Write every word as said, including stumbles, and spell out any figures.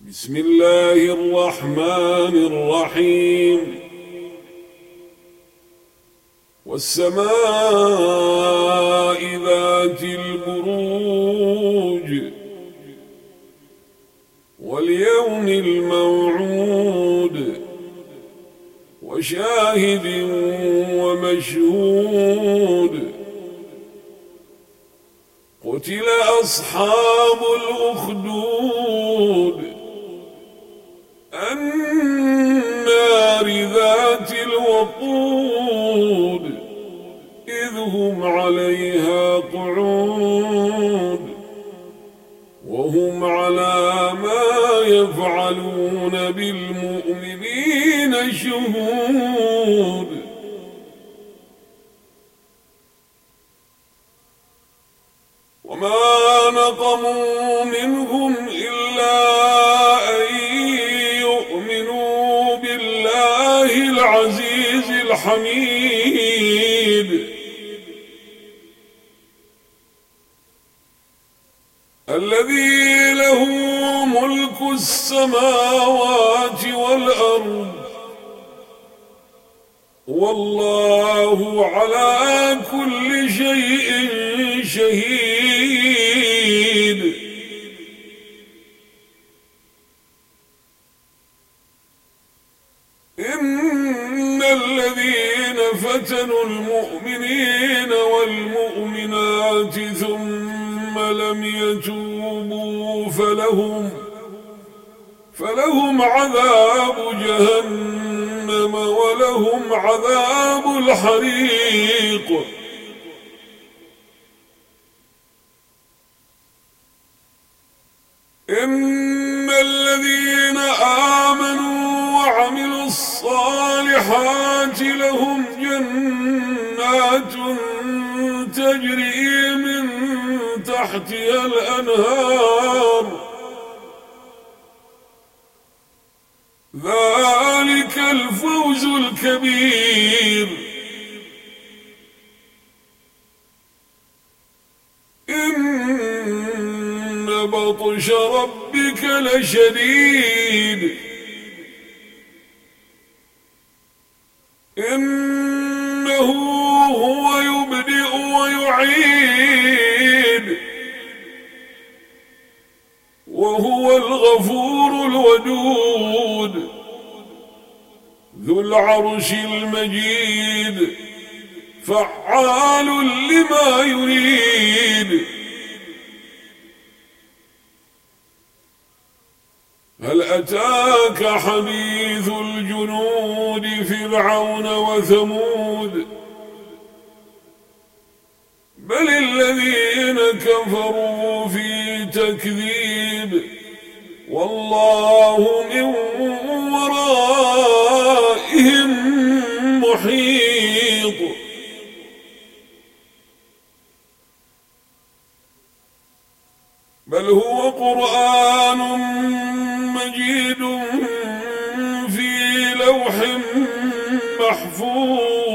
بسم الله الرحمن الرحيم والسماء ذات البروج واليوم الموعود وشاهد ومشهود قتل أصحاب الأخدود النار ذات الوقود إذ هم عليها قعود وهم على ما يفعلون بالمؤمنين شهود وما نقموا منهم إلا أن يؤمنوا بالله العزيز الحميد الذي له ملك السماوات والأرض والله على كل شيء شهيد إن الذين فتنوا المؤمنين والمؤمنات ثم لم يتوبوا فلهم فلهم عذاب جهنم ولهم عذاب الحريق إن الذين آمنوا وعملوا الصالحات لهم جنات تجري من تحتها الأنهار ذلك الفوز الكبير إن بطش ربك لشديد إنه هو يبدئ ويعيد وهو الغفور الودود ذو العرش المجيد فعال لما يريد هل أتاك حديث الجنود فرعون وثمود بل الذين كفروا في تكذيب والله من ورائهم محيط بل هو قرآن مجيد في لوح محفوظ